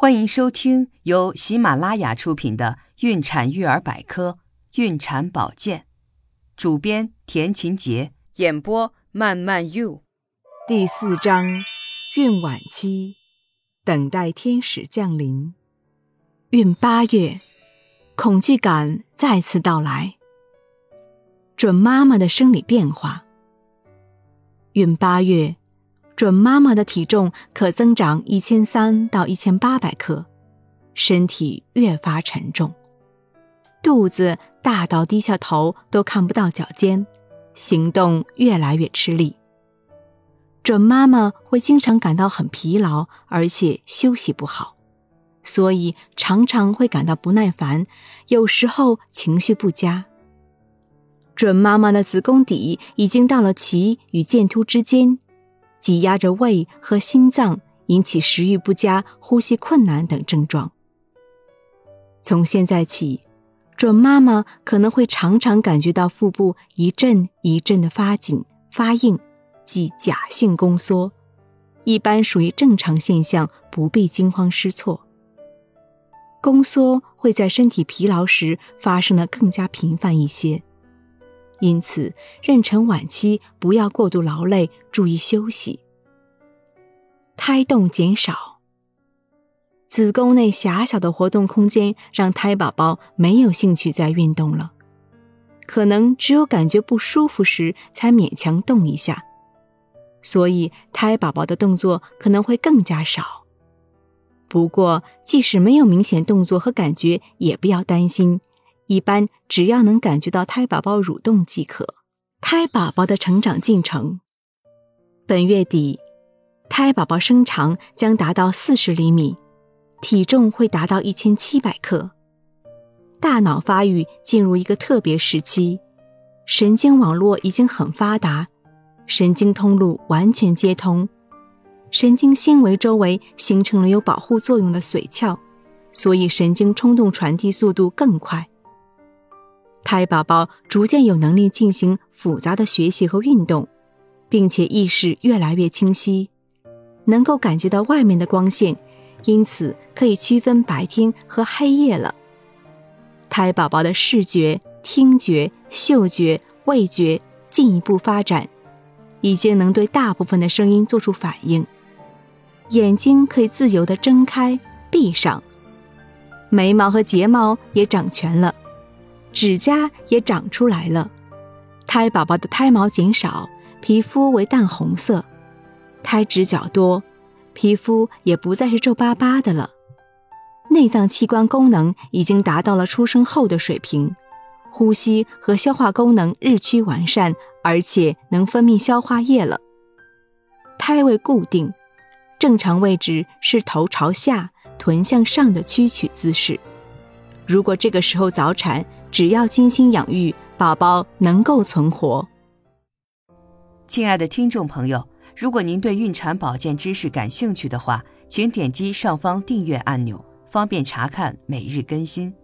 欢迎收听由喜马拉雅出品的《孕产育儿百科·孕产保健》，主编田勤杰，演播慢慢 you。 第4章，孕晚期，等待天使降临。孕8月，恐惧感再次到来。准妈妈的生理变化。孕8月，准妈妈的体重可增长1300到1800克，身体越发沉重，肚子大到低下头都看不到脚尖，行动越来越吃力。准妈妈会经常感到很疲劳，而且休息不好，所以常常会感到不耐烦，有时候情绪不佳。准妈妈的子宫底已经到了脐与剑突之间，挤压着胃和心脏，引起食欲不佳、呼吸困难等症状。从现在起，准妈妈可能会常常感觉到腹部一阵一阵的发紧、发硬，即假性宫缩，一般属于正常现象，不必惊慌失措。宫缩会在身体疲劳时发生得更加频繁一些，因此妊娠晚期不要过度劳累，注意休息。胎动减少。子宫内狭小的活动空间让胎宝宝没有兴趣再运动了，可能只有感觉不舒服时才勉强动一下，所以胎宝宝的动作可能会更加少。不过即使没有明显动作和感觉也不要担心，一般只要能感觉到胎宝宝蠕动即可。胎宝宝的成长进程。本月底，胎宝宝身长将达到40厘米，体重会达到1700克。大脑发育进入一个特别时期，神经网络已经很发达，神经通路完全接通，神经纤维周围形成了有保护作用的髓鞘，所以神经冲动传递速度更快。胎宝宝逐渐有能力进行复杂的学习和运动，并且意识越来越清晰，能够感觉到外面的光线，因此可以区分白天和黑夜了。胎宝宝的视觉、听觉、嗅觉、味觉进一步发展，已经能对大部分的声音做出反应。眼睛可以自由地睁开、闭上，眉毛和睫毛也长全了，指甲也长出来了。胎宝宝的胎毛减少，皮肤为淡红色，胎脂较多，皮肤也不再是皱巴巴的了。内脏器官功能已经达到了出生后的水平，呼吸和消化功能日趋完善，而且能分泌消化液了。胎位固定，正常位置是头朝下、臀向上的屈曲姿势。如果这个时候早产，只要精心养育，宝宝能够存活。 亲爱的听众朋友，如果您对孕产保健知识感兴趣的话，请点击上方订阅按钮，方便查看每日更新。